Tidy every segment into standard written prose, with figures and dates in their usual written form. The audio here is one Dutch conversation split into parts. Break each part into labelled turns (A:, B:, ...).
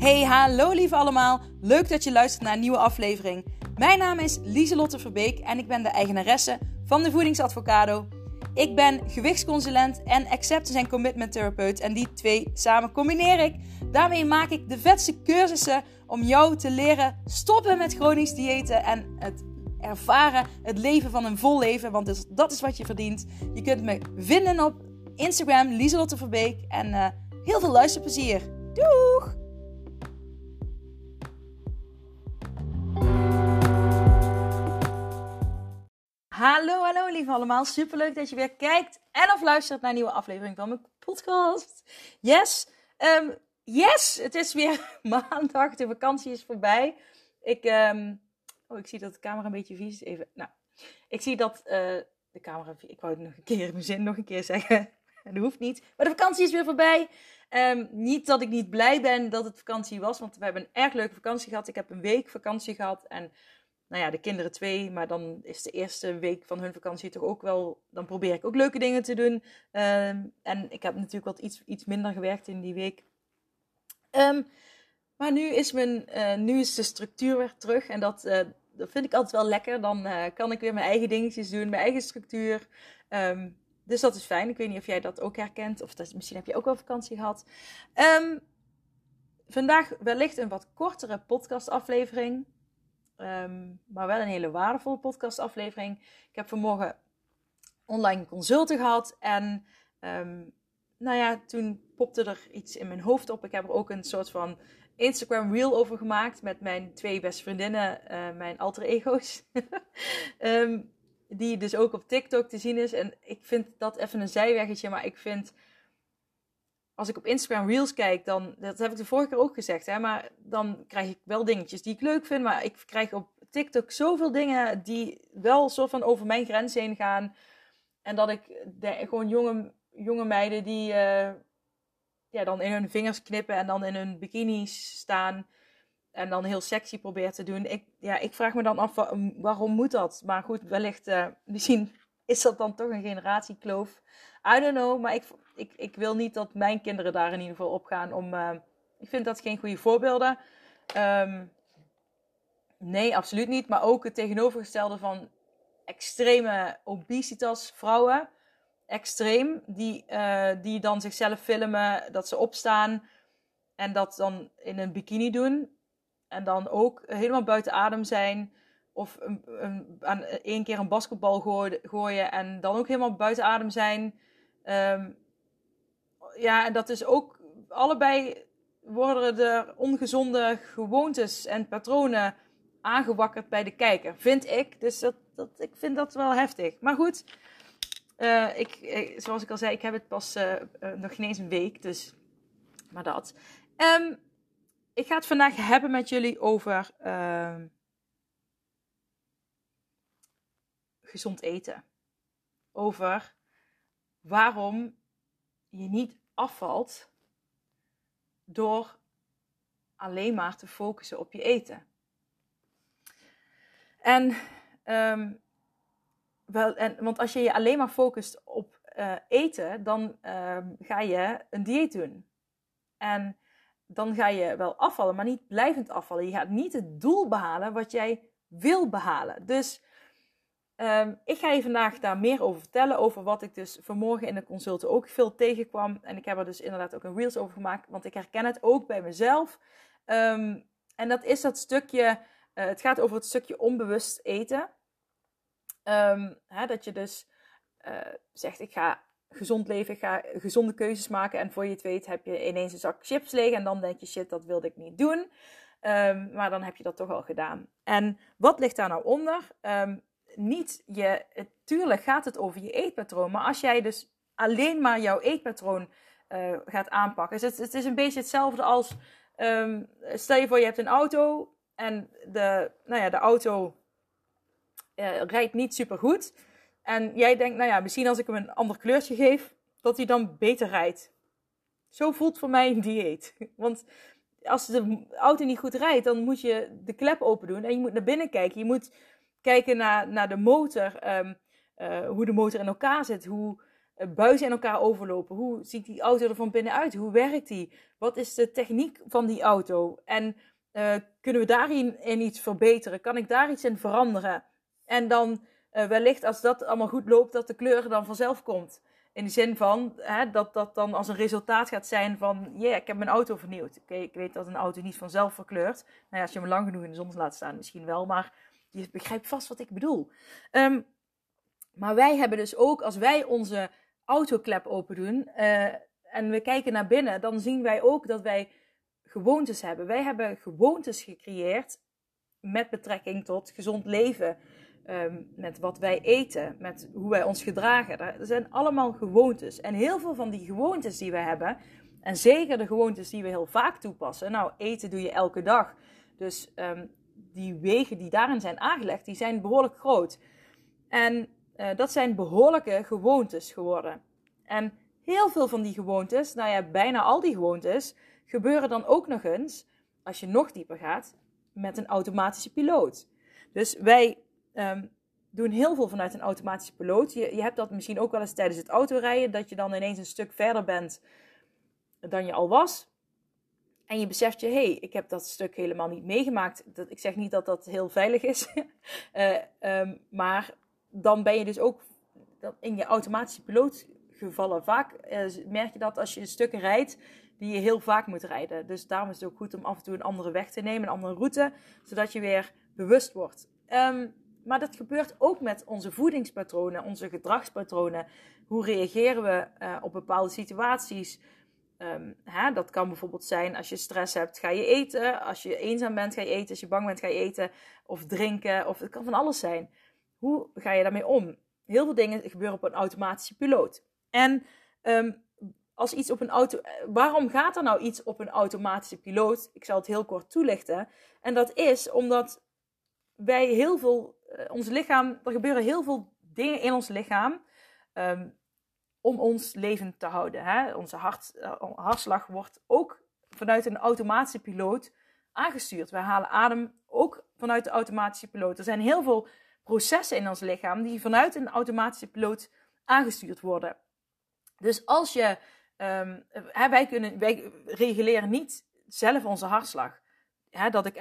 A: Hey, hallo lieve allemaal. Leuk dat je luistert naar een nieuwe aflevering. Mijn naam is Lieselotte Verbeek en ik ben de eigenaresse van de Voedingsadvocado. Ik ben gewichtsconsulent en acceptance en commitment therapeut en die twee samen combineer ik. Daarmee maak ik de vetste cursussen om jou te leren stoppen met chronisch diëten en het ervaren, het leven van een vol leven, want dat is wat je verdient. Je kunt me vinden op Instagram, Lieselotte Verbeek, en heel veel luisterplezier. Doeg! Hallo lieve allemaal. Superleuk dat je weer kijkt en of luistert naar een nieuwe aflevering van mijn podcast. Yes, het is weer maandag. De vakantie is voorbij. Ik zie dat de camera een beetje vies is. Ik zie dat de camera... Ik wou het nog een keer zeggen. Dat hoeft niet. Maar de vakantie is weer voorbij. Niet dat ik niet blij ben dat het vakantie was. Want we hebben een erg leuke vakantie gehad. Ik heb een week vakantie gehad. En de kinderen 2. Maar dan is de eerste week van hun vakantie toch ook wel... Dan probeer ik ook leuke dingen te doen. En ik heb natuurlijk wat iets minder gewerkt in die week. Maar nu is de structuur weer terug. En dat vind ik altijd wel lekker. Dan kan ik weer mijn eigen dingetjes doen. Mijn eigen structuur. Dus dat is fijn. Ik weet niet of jij dat ook herkent. Of misschien heb je ook wel vakantie gehad. Vandaag wellicht een wat kortere podcastaflevering. Maar wel een hele waardevolle podcastaflevering. Ik heb vanmorgen online consulten gehad. En toen popte er iets in mijn hoofd op. Ik heb er ook een soort van Instagram reel over gemaakt. Met mijn 2 beste vriendinnen. Mijn alter ego's. Die dus ook op TikTok te zien is. En ik vind dat even een zijweggetje. Maar ik vind... Als ik op Instagram Reels kijk, dan... Dat heb ik de vorige keer ook gezegd. Hè, maar dan krijg ik wel dingetjes die ik leuk vind. Maar ik krijg op TikTok zoveel dingen die wel soort van over mijn grens heen gaan. En dat ik gewoon jonge meiden die dan in hun vingers knippen en dan in hun bikinis staan. En dan heel sexy probeert te doen. Ik vraag me dan af, waarom moet dat? Maar goed, wellicht, misschien is dat dan toch een generatiekloof. I don't know, maar ik wil niet dat mijn kinderen daar in ieder geval op gaan. Ik vind dat geen goede voorbeelden. Nee, absoluut niet. Maar ook het tegenovergestelde van extreme obesitas vrouwen. Extreem. Die dan zichzelf filmen, dat ze opstaan en dat dan in een bikini doen. En dan ook helemaal buiten adem zijn. Of één keer een basketbal gooien en dan ook helemaal buiten adem zijn. En dat is ook... Allebei worden er ongezonde gewoontes en patronen aangewakkerd bij de kijker. Vind ik. Dus ik vind dat wel heftig. Maar goed. Zoals ik al zei, ik heb het pas nog geen eens een week. Dus... Maar dat... Ik ga het vandaag hebben met jullie over gezond eten. Over waarom je niet afvalt door alleen maar te focussen op je eten. Want als je je alleen maar focust op eten, dan ga je een dieet doen. En dan ga je wel afvallen, maar niet blijvend afvallen. Je gaat niet het doel behalen wat jij wil behalen. Dus ik ga je vandaag daar meer over vertellen. Over wat ik dus vanmorgen in de consulten ook veel tegenkwam. En ik heb er dus inderdaad ook een reels over gemaakt. Want ik herken het ook bij mezelf. En dat is dat stukje... het gaat over het stukje onbewust eten. Dat je dus zegt, ik ga... gezond leven, ik ga gezonde keuzes maken en voor je het weet heb je ineens een zak chips leeg en dan denk je, shit, dat wilde ik niet doen. Maar dan heb je dat toch al gedaan. En wat ligt daar nou onder? Tuurlijk gaat het over je eetpatroon, maar als jij dus alleen maar jouw eetpatroon gaat aanpakken. Dus het is een beetje hetzelfde als, stel je voor je hebt een auto en de auto rijdt niet super goed. En jij denkt, misschien als ik hem een ander kleurtje geef, dat hij dan beter rijdt. Zo voelt voor mij een dieet. Want als de auto niet goed rijdt, dan moet je de klep open doen. En je moet naar binnen kijken. Je moet kijken naar de motor. Hoe de motor in elkaar zit. buizen in elkaar overlopen? Hoe ziet die auto er van binnenuit? Hoe werkt die? Wat is de techniek van die auto? En kunnen we daarin iets verbeteren? Kan ik daar iets in veranderen? En dan wellicht als dat allemaal goed loopt, dat de kleur er dan vanzelf komt. In de zin van dat dat dan als een resultaat gaat zijn van ik heb mijn auto vernieuwd. Oké, ik weet dat een auto niet vanzelf verkleurt. Nou ja, als je hem lang genoeg in de zon laat staan misschien wel. Maar je begrijpt vast wat ik bedoel. Maar wij hebben dus ook, als wij onze autoklep open doen en we kijken naar binnen, dan zien wij ook dat wij gewoontes hebben. Wij hebben gewoontes gecreëerd met betrekking tot gezond leven. Met wat wij eten, met hoe wij ons gedragen. Er zijn allemaal gewoontes. En heel veel van die gewoontes die we hebben, en zeker de gewoontes die we heel vaak toepassen. Nou, eten doe je elke dag. Dus die wegen die daarin zijn aangelegd, die zijn behoorlijk groot. En dat zijn behoorlijke gewoontes geworden. En heel veel van die gewoontes, nou ja, bijna al die gewoontes, gebeuren dan ook nog eens, als je nog dieper gaat, met een automatische piloot. Dus wij doen heel veel vanuit een automatische piloot. Je hebt dat misschien ook wel eens tijdens het autorijden, dat je dan ineens een stuk verder bent dan je al was. En je beseft je, ik heb dat stuk helemaal niet meegemaakt. Ik zeg niet dat dat heel veilig is. Maar dan ben je dus ook in je automatische piloot gevallen. Vaak merk je dat als je stukken rijdt die je heel vaak moet rijden. Dus daarom is het ook goed om af en toe een andere weg te nemen, een andere route, zodat je weer bewust wordt. Maar dat gebeurt ook met onze voedingspatronen, onze gedragspatronen. Hoe reageren we op bepaalde situaties? Dat kan bijvoorbeeld zijn als je stress hebt, ga je eten. Als je eenzaam bent, ga je eten. Als je bang bent, ga je eten of drinken. Of het kan van alles zijn. Hoe ga je daarmee om? Heel veel dingen gebeuren op een automatische piloot. En als iets op een waarom gaat er nou iets op een automatische piloot? Ik zal het heel kort toelichten. En dat is omdat wij heel veel, ons lichaam, er gebeuren heel veel dingen in ons lichaam om ons levend te houden. Hè? Onze hartslag wordt ook vanuit een automatische piloot aangestuurd. We halen adem ook vanuit de automatische piloot. Er zijn heel veel processen in ons lichaam die vanuit een automatische piloot aangestuurd worden. Dus als je, wij reguleren niet zelf onze hartslag. Dat ik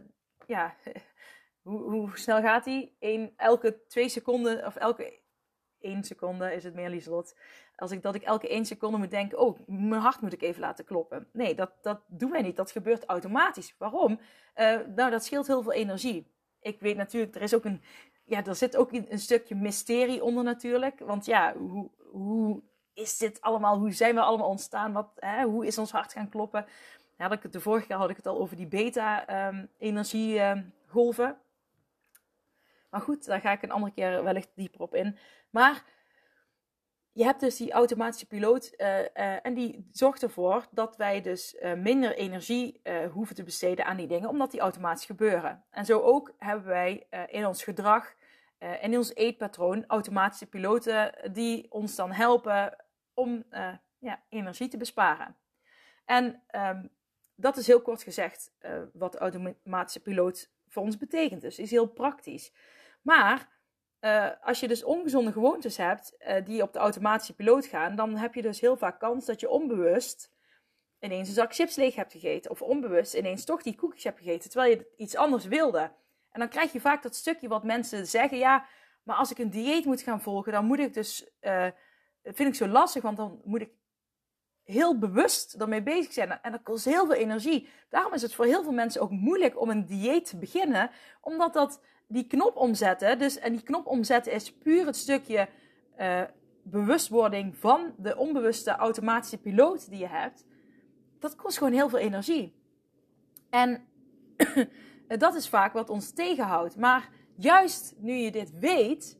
A: hoe snel gaat die? Elke 2 seconden of elke 1 seconde is het meer, Lieselot. Dat ik elke 1 seconde moet denken, mijn hart moet ik even laten kloppen. Nee, dat doen wij niet. Dat gebeurt automatisch. Waarom? Dat scheelt heel veel energie. Ik weet natuurlijk, er zit ook een stukje mysterie onder natuurlijk. Want hoe is dit allemaal? Hoe zijn we allemaal ontstaan? Hoe is ons hart gaan kloppen? De vorige keer had ik het al over die beta-energiegolven. Maar goed, daar ga ik een andere keer wellicht dieper op in. Maar je hebt dus die automatische piloot en die zorgt ervoor dat wij dus minder energie hoeven te besteden aan die dingen, omdat die automatisch gebeuren. En zo ook hebben wij in ons gedrag en in ons eetpatroon automatische piloten die ons dan helpen om energie te besparen. En dat is heel kort gezegd wat de automatische piloot voor ons betekent. Dus is heel praktisch. Maar als je dus ongezonde gewoontes hebt die op de automatische piloot gaan, dan heb je dus heel vaak kans dat je onbewust ineens een zak chips leeg hebt gegeten. Of onbewust ineens toch die koekjes hebt gegeten, terwijl je iets anders wilde. En dan krijg je vaak dat stukje wat mensen zeggen, maar als ik een dieet moet gaan volgen, dan moet ik dus, vind ik zo lastig, want dan moet ik heel bewust ermee bezig zijn. En dat kost heel veel energie. Daarom is het voor heel veel mensen ook moeilijk om een dieet te beginnen, omdat die knop omzetten, en die knop omzetten is puur het stukje bewustwording van de onbewuste automatische piloot die je hebt. Dat kost gewoon heel veel energie. En dat is vaak wat ons tegenhoudt. Maar juist nu je dit weet,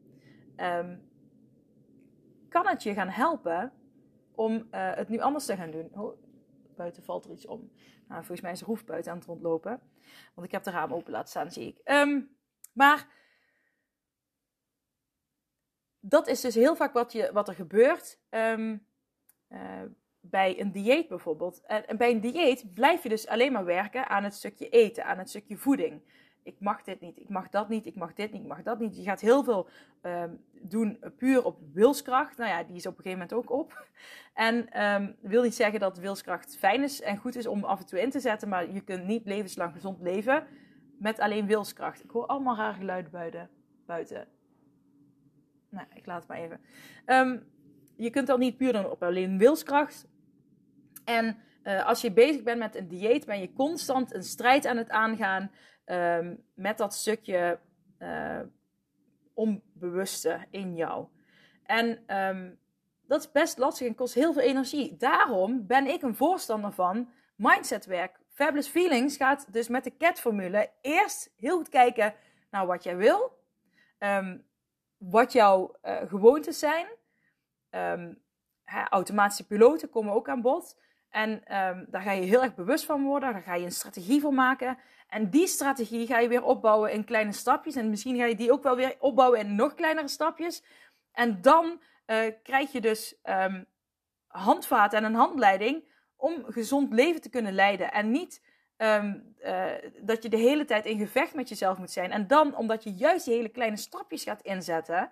A: kan het je gaan helpen om het nu anders te gaan doen. Oh, buiten valt er iets om. Nou, volgens mij is Roef buiten aan het rondlopen. Want ik heb de raam open laten staan, zie ik. Maar dat is dus heel vaak wat er gebeurt bij een dieet bijvoorbeeld. En bij een dieet blijf je dus alleen maar werken aan het stukje eten, aan het stukje voeding. ik mag dit niet, ik mag dat niet, ik mag dit niet, ik mag dat niet. Je gaat heel veel doen puur op wilskracht. Nou ja, die is op een gegeven moment ook op. En wil niet zeggen dat wilskracht fijn is en goed is om af en toe in te zetten, maar je kunt niet levenslang gezond leven met alleen wilskracht. Ik hoor allemaal raar geluiden buiten. Nou, ik laat het maar even. Je kunt dat niet puur doen op alleen wilskracht. En als je bezig bent met een dieet, ben je constant een strijd aan het aangaan met dat stukje onbewuste in jou. En dat is best lastig en kost heel veel energie. Daarom ben ik een voorstander van mindsetwerk. Fabulous Feelings gaat dus met de CAT-formule eerst heel goed kijken naar wat jij wil. Wat jouw gewoontes zijn. Automatische piloten komen ook aan bod. En daar ga je heel erg bewust van worden. Daar ga je een strategie voor maken. En die strategie ga je weer opbouwen in kleine stapjes. En misschien ga je die ook wel weer opbouwen in nog kleinere stapjes. En dan krijg je dus handvaten en een handleiding om gezond leven te kunnen leiden. En niet dat je de hele tijd in gevecht met jezelf moet zijn. En dan, omdat je juist die hele kleine stapjes gaat inzetten,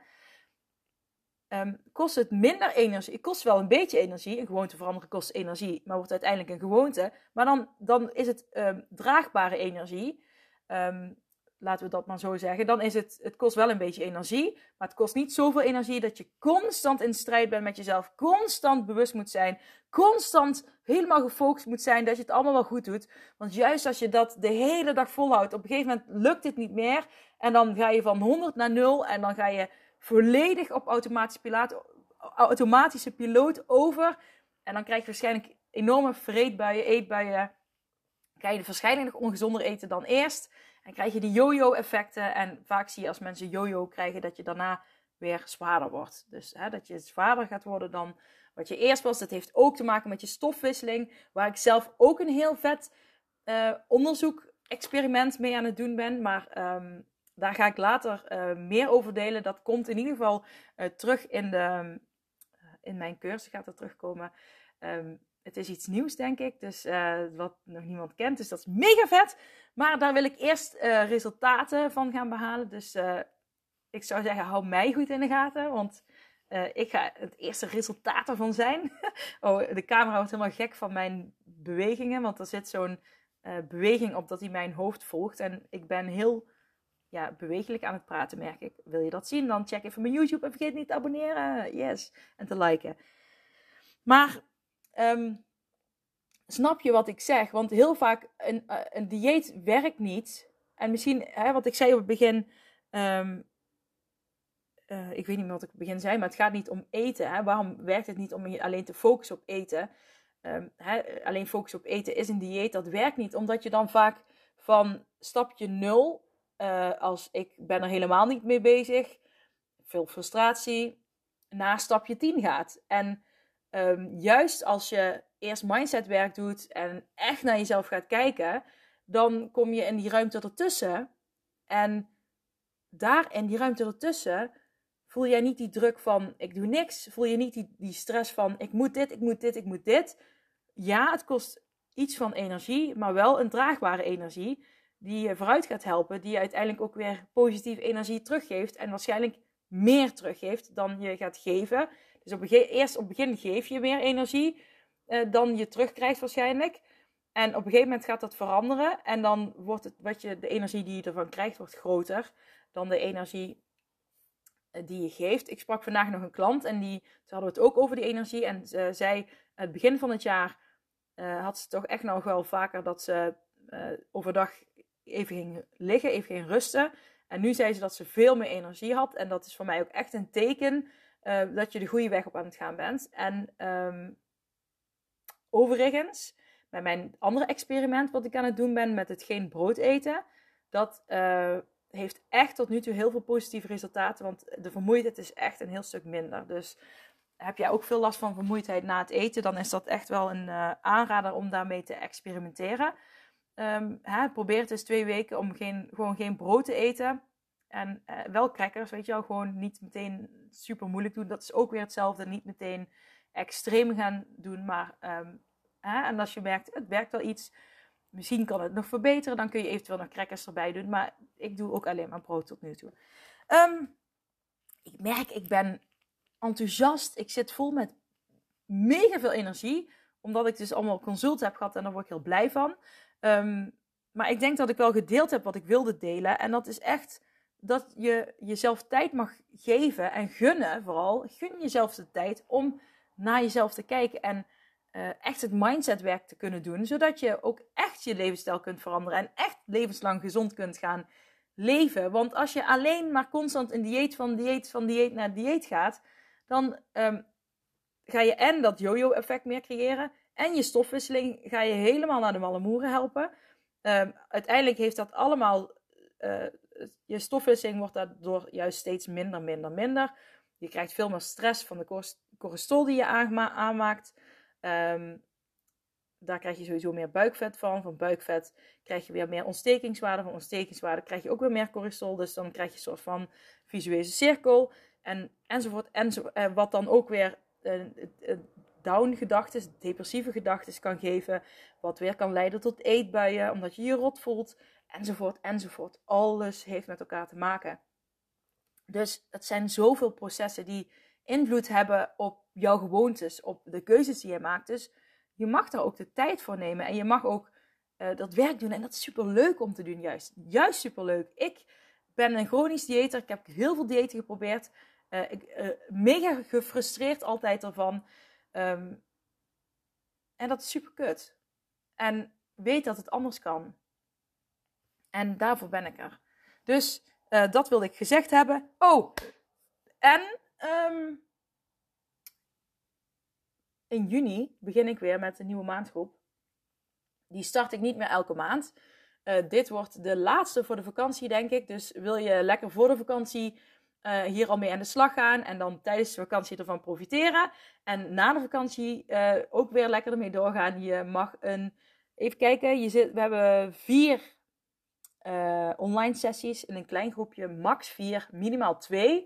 A: kost het minder energie. Het kost wel een beetje energie. Een gewoonte veranderen kost energie, maar wordt uiteindelijk een gewoonte. Maar dan is het draagbare energie. Laten we dat maar zo zeggen. Dan is het kost wel een beetje energie, maar het kost niet zoveel energie dat je constant in strijd bent met jezelf, constant bewust moet zijn, constant helemaal gefocust moet zijn dat je het allemaal wel goed doet. Want juist als je dat de hele dag volhoudt, op een gegeven moment lukt het niet meer en dan ga je van 100 naar 0 en dan ga je volledig op automatische piloot over. En dan krijg je waarschijnlijk enorme vreedbuien, eetbuien. Krijg je waarschijnlijk nog ongezonder eten dan eerst. En krijg je die yo-yo-effecten. En vaak zie je als mensen yo-yo krijgen dat je daarna weer zwaarder wordt. Dus dat je zwaarder gaat worden dan wat je eerst was. Dat heeft ook te maken met je stofwisseling. Waar ik zelf ook een heel vet onderzoek-experiment mee aan het doen ben. Maar daar ga ik later meer over delen. Dat komt in ieder geval terug in mijn cursus. Gaat er terugkomen. Het is iets nieuws, denk ik. Dus wat nog niemand kent. Dus dat is mega vet. Maar daar wil ik eerst resultaten van gaan behalen. Dus ik zou zeggen, hou mij goed in de gaten. Want ik ga het eerste resultaat ervan zijn. De camera wordt helemaal gek van mijn bewegingen. Want er zit zo'n beweging op dat hij mijn hoofd volgt. En ik ben heel bewegelijk aan het praten, merk ik. Wil je dat zien? Dan check even mijn YouTube. En vergeet niet te abonneren. Yes. En te liken. Maar snap je wat ik zeg? Want heel vaak een dieet werkt niet. En misschien, wat ik zei op het begin, ik weet niet meer wat ik op het begin zei, maar het gaat niet om eten. Waarom werkt het niet om je alleen te focussen op eten? Alleen focussen op eten is een dieet, dat werkt niet. Omdat je dan vaak van stapje 0, als ik ben er helemaal niet mee bezig, veel frustratie, naar stapje 10 gaat. En juist als je eerst mindsetwerk doet en echt naar jezelf gaat kijken, dan kom je in die ruimte ertussen. En daar in die ruimte ertussen voel jij niet die druk van ik doe niks. Voel je niet die stress van ik moet dit, ik moet dit, ik moet dit. Ja, het kost iets van energie, maar wel een draagbare energie die je vooruit gaat helpen. Die je uiteindelijk ook weer positieve energie teruggeeft. En waarschijnlijk meer teruggeeft dan je gaat geven. Dus eerst op het begin geef je meer energie dan je terugkrijgt waarschijnlijk. En op een gegeven moment gaat dat veranderen. En dan wordt de energie die je ervan krijgt, wordt groter dan de energie die je geeft. Ik sprak vandaag nog een klant en toen hadden we het ook over die energie. En ze zei, aan het begin van het jaar had ze toch echt nog wel vaker dat ze overdag even ging liggen, even ging rusten. En nu zei ze dat ze veel meer energie had. En dat is voor mij ook echt een teken dat je de goede weg op aan het gaan bent. En overigens, bij mijn andere experiment wat ik aan het doen ben met het geen brood eten, dat heeft echt tot nu toe heel veel positieve resultaten. Want de vermoeidheid is echt een heel stuk minder. Dus heb jij ook veel last van vermoeidheid na het eten, dan is dat echt wel een aanrader om daarmee te experimenteren. Probeer het eens 2 weken om gewoon geen brood te eten. En wel crackers, weet je wel. Gewoon niet meteen super moeilijk doen. Dat is ook weer hetzelfde. Niet meteen extreem gaan doen. Maar en als je merkt, het werkt wel iets. misschien kan het nog verbeteren. Dan kun je eventueel nog crackers erbij doen. Maar ik doe ook alleen maar brood tot nu toe. Ik merk, ik ben enthousiast. Ik zit vol met mega veel energie. Omdat ik dus allemaal consulten heb gehad. En daar word ik heel blij van. Maar ik denk dat ik wel gedeeld heb wat ik wilde delen. En dat is echt dat je jezelf tijd mag geven. En gunnen vooral. Gun jezelf de tijd om naar jezelf te kijken. En echt het mindsetwerk te kunnen doen. Zodat je ook echt je levensstijl kunt veranderen. En echt levenslang gezond kunt gaan leven. Want als je alleen maar constant in dieet naar dieet gaat. Dan ga je en dat yo-yo effect meer creëren. En je stofwisseling ga je helemaal naar de malle moeren helpen. Uiteindelijk heeft dat allemaal... je stofwisseling wordt daardoor juist steeds minder. Je krijgt veel meer stress van de cortisol die je aanmaakt. Daar krijg je sowieso meer buikvet van. Van buikvet krijg je weer meer ontstekingswaarde. Van ontstekingswaarde krijg je ook weer meer cortisol. Dus dan krijg je een soort van visuele cirkel. Enzovoort. Wat dan ook weer down gedachtes, depressieve gedachtes kan geven. Wat weer kan leiden tot eetbuien. Omdat je je rot voelt. Enzovoort. Alles heeft met elkaar te maken. Dus het zijn zoveel processen die invloed hebben op jouw gewoontes. Op de keuzes die je maakt. Dus je mag daar ook de tijd voor nemen. En je mag ook dat werk doen. En dat is super leuk om te doen juist. Juist super leuk. Ik ben een chronisch dieeter. Ik heb heel veel diëten geprobeerd. Mega gefrustreerd altijd ervan. En dat is super kut. En weet dat het anders kan. En daarvoor ben ik er. Dus dat wilde ik gezegd hebben. Oh, en in juni begin ik weer met een nieuwe maandgroep. Die start ik niet meer elke maand. Dit wordt de laatste voor de vakantie, denk ik. Dus wil je lekker voor de vakantie hier al mee aan de slag gaan. En dan tijdens de vakantie ervan profiteren. En na de vakantie ook weer lekker ermee doorgaan. Je mag even kijken. We hebben 4 online sessies in een klein groepje. Max 4, minimaal 2.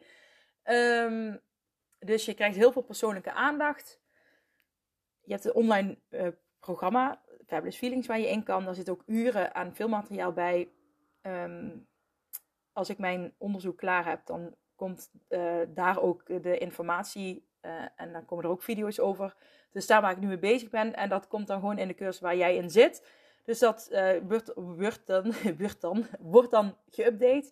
A: Dus je krijgt heel veel persoonlijke aandacht. Je hebt een online programma, Fabulous Feelings, waar je in kan. Daar zit ook uren aan filmmateriaal bij. Als ik mijn onderzoek klaar heb, dan komt daar ook de informatie. En dan komen er ook video's over. Dus daar waar ik nu mee bezig ben. En dat komt dan gewoon in de cursus waar jij in zit. Dus dat wordt dan geüpdate.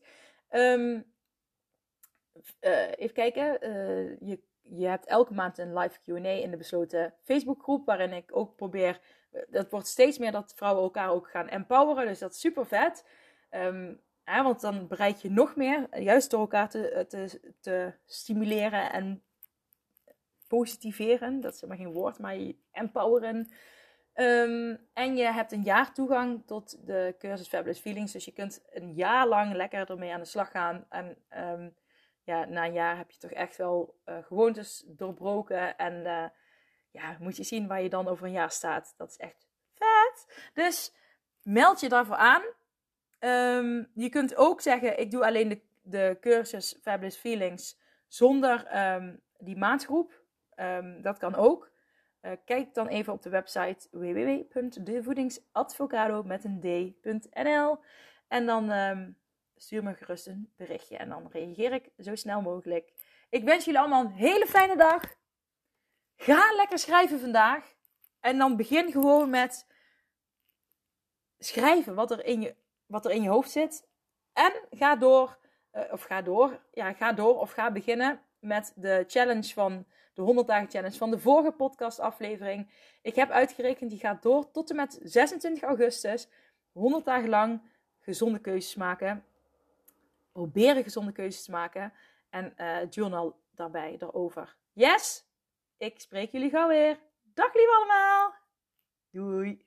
A: Even kijken. Je hebt elke maand een live Q&A in de besloten Facebookgroep. Waarin ik ook probeer... Dat wordt steeds meer dat vrouwen elkaar ook gaan empoweren. Dus dat is super vet. Want dan bereik je nog meer. Juist door elkaar te stimuleren en positiveren. Dat is maar geen woord, maar empoweren. En je hebt een jaar toegang tot de cursus Fabulous Feelings. Dus je kunt een jaar lang lekker ermee aan de slag gaan. En na een jaar heb je toch echt wel gewoontes doorbroken. En moet je zien waar je dan over een jaar staat. Dat is echt vet. Dus meld je daarvoor aan. Je kunt ook zeggen, ik doe alleen de cursus Fabulous Feelings zonder die maandgroep. Dat kan ook. Kijk dan even op de website www.devoedingsadvocado.nl en dan stuur me gerust een berichtje en dan reageer ik zo snel mogelijk. Ik wens jullie allemaal een hele fijne dag. Ga lekker schrijven vandaag. En dan begin gewoon met schrijven wat er in je hoofd zit. En ga beginnen met de challenge van de 100 dagen challenge van de vorige podcast aflevering. Ik heb uitgerekend, die gaat door tot en met 26 augustus. 100 dagen lang gezonde keuzes maken. Proberen gezonde keuzes te maken. En journal daarbij erover. Yes! Ik spreek jullie gauw weer. Dag lieve allemaal! Doei!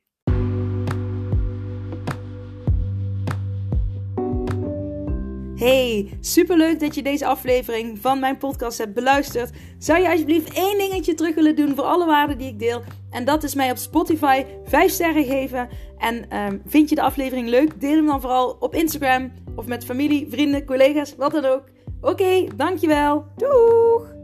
A: Hey, superleuk dat je deze aflevering van mijn podcast hebt beluisterd. Zou je alsjeblieft 1 dingetje terug willen doen voor alle waarden die ik deel? En dat is mij op Spotify 5 sterren geven. En vind je de aflevering leuk? Deel hem dan vooral op Instagram of met familie, vrienden, collega's, wat dan ook. Oké, dankjewel. Doeg!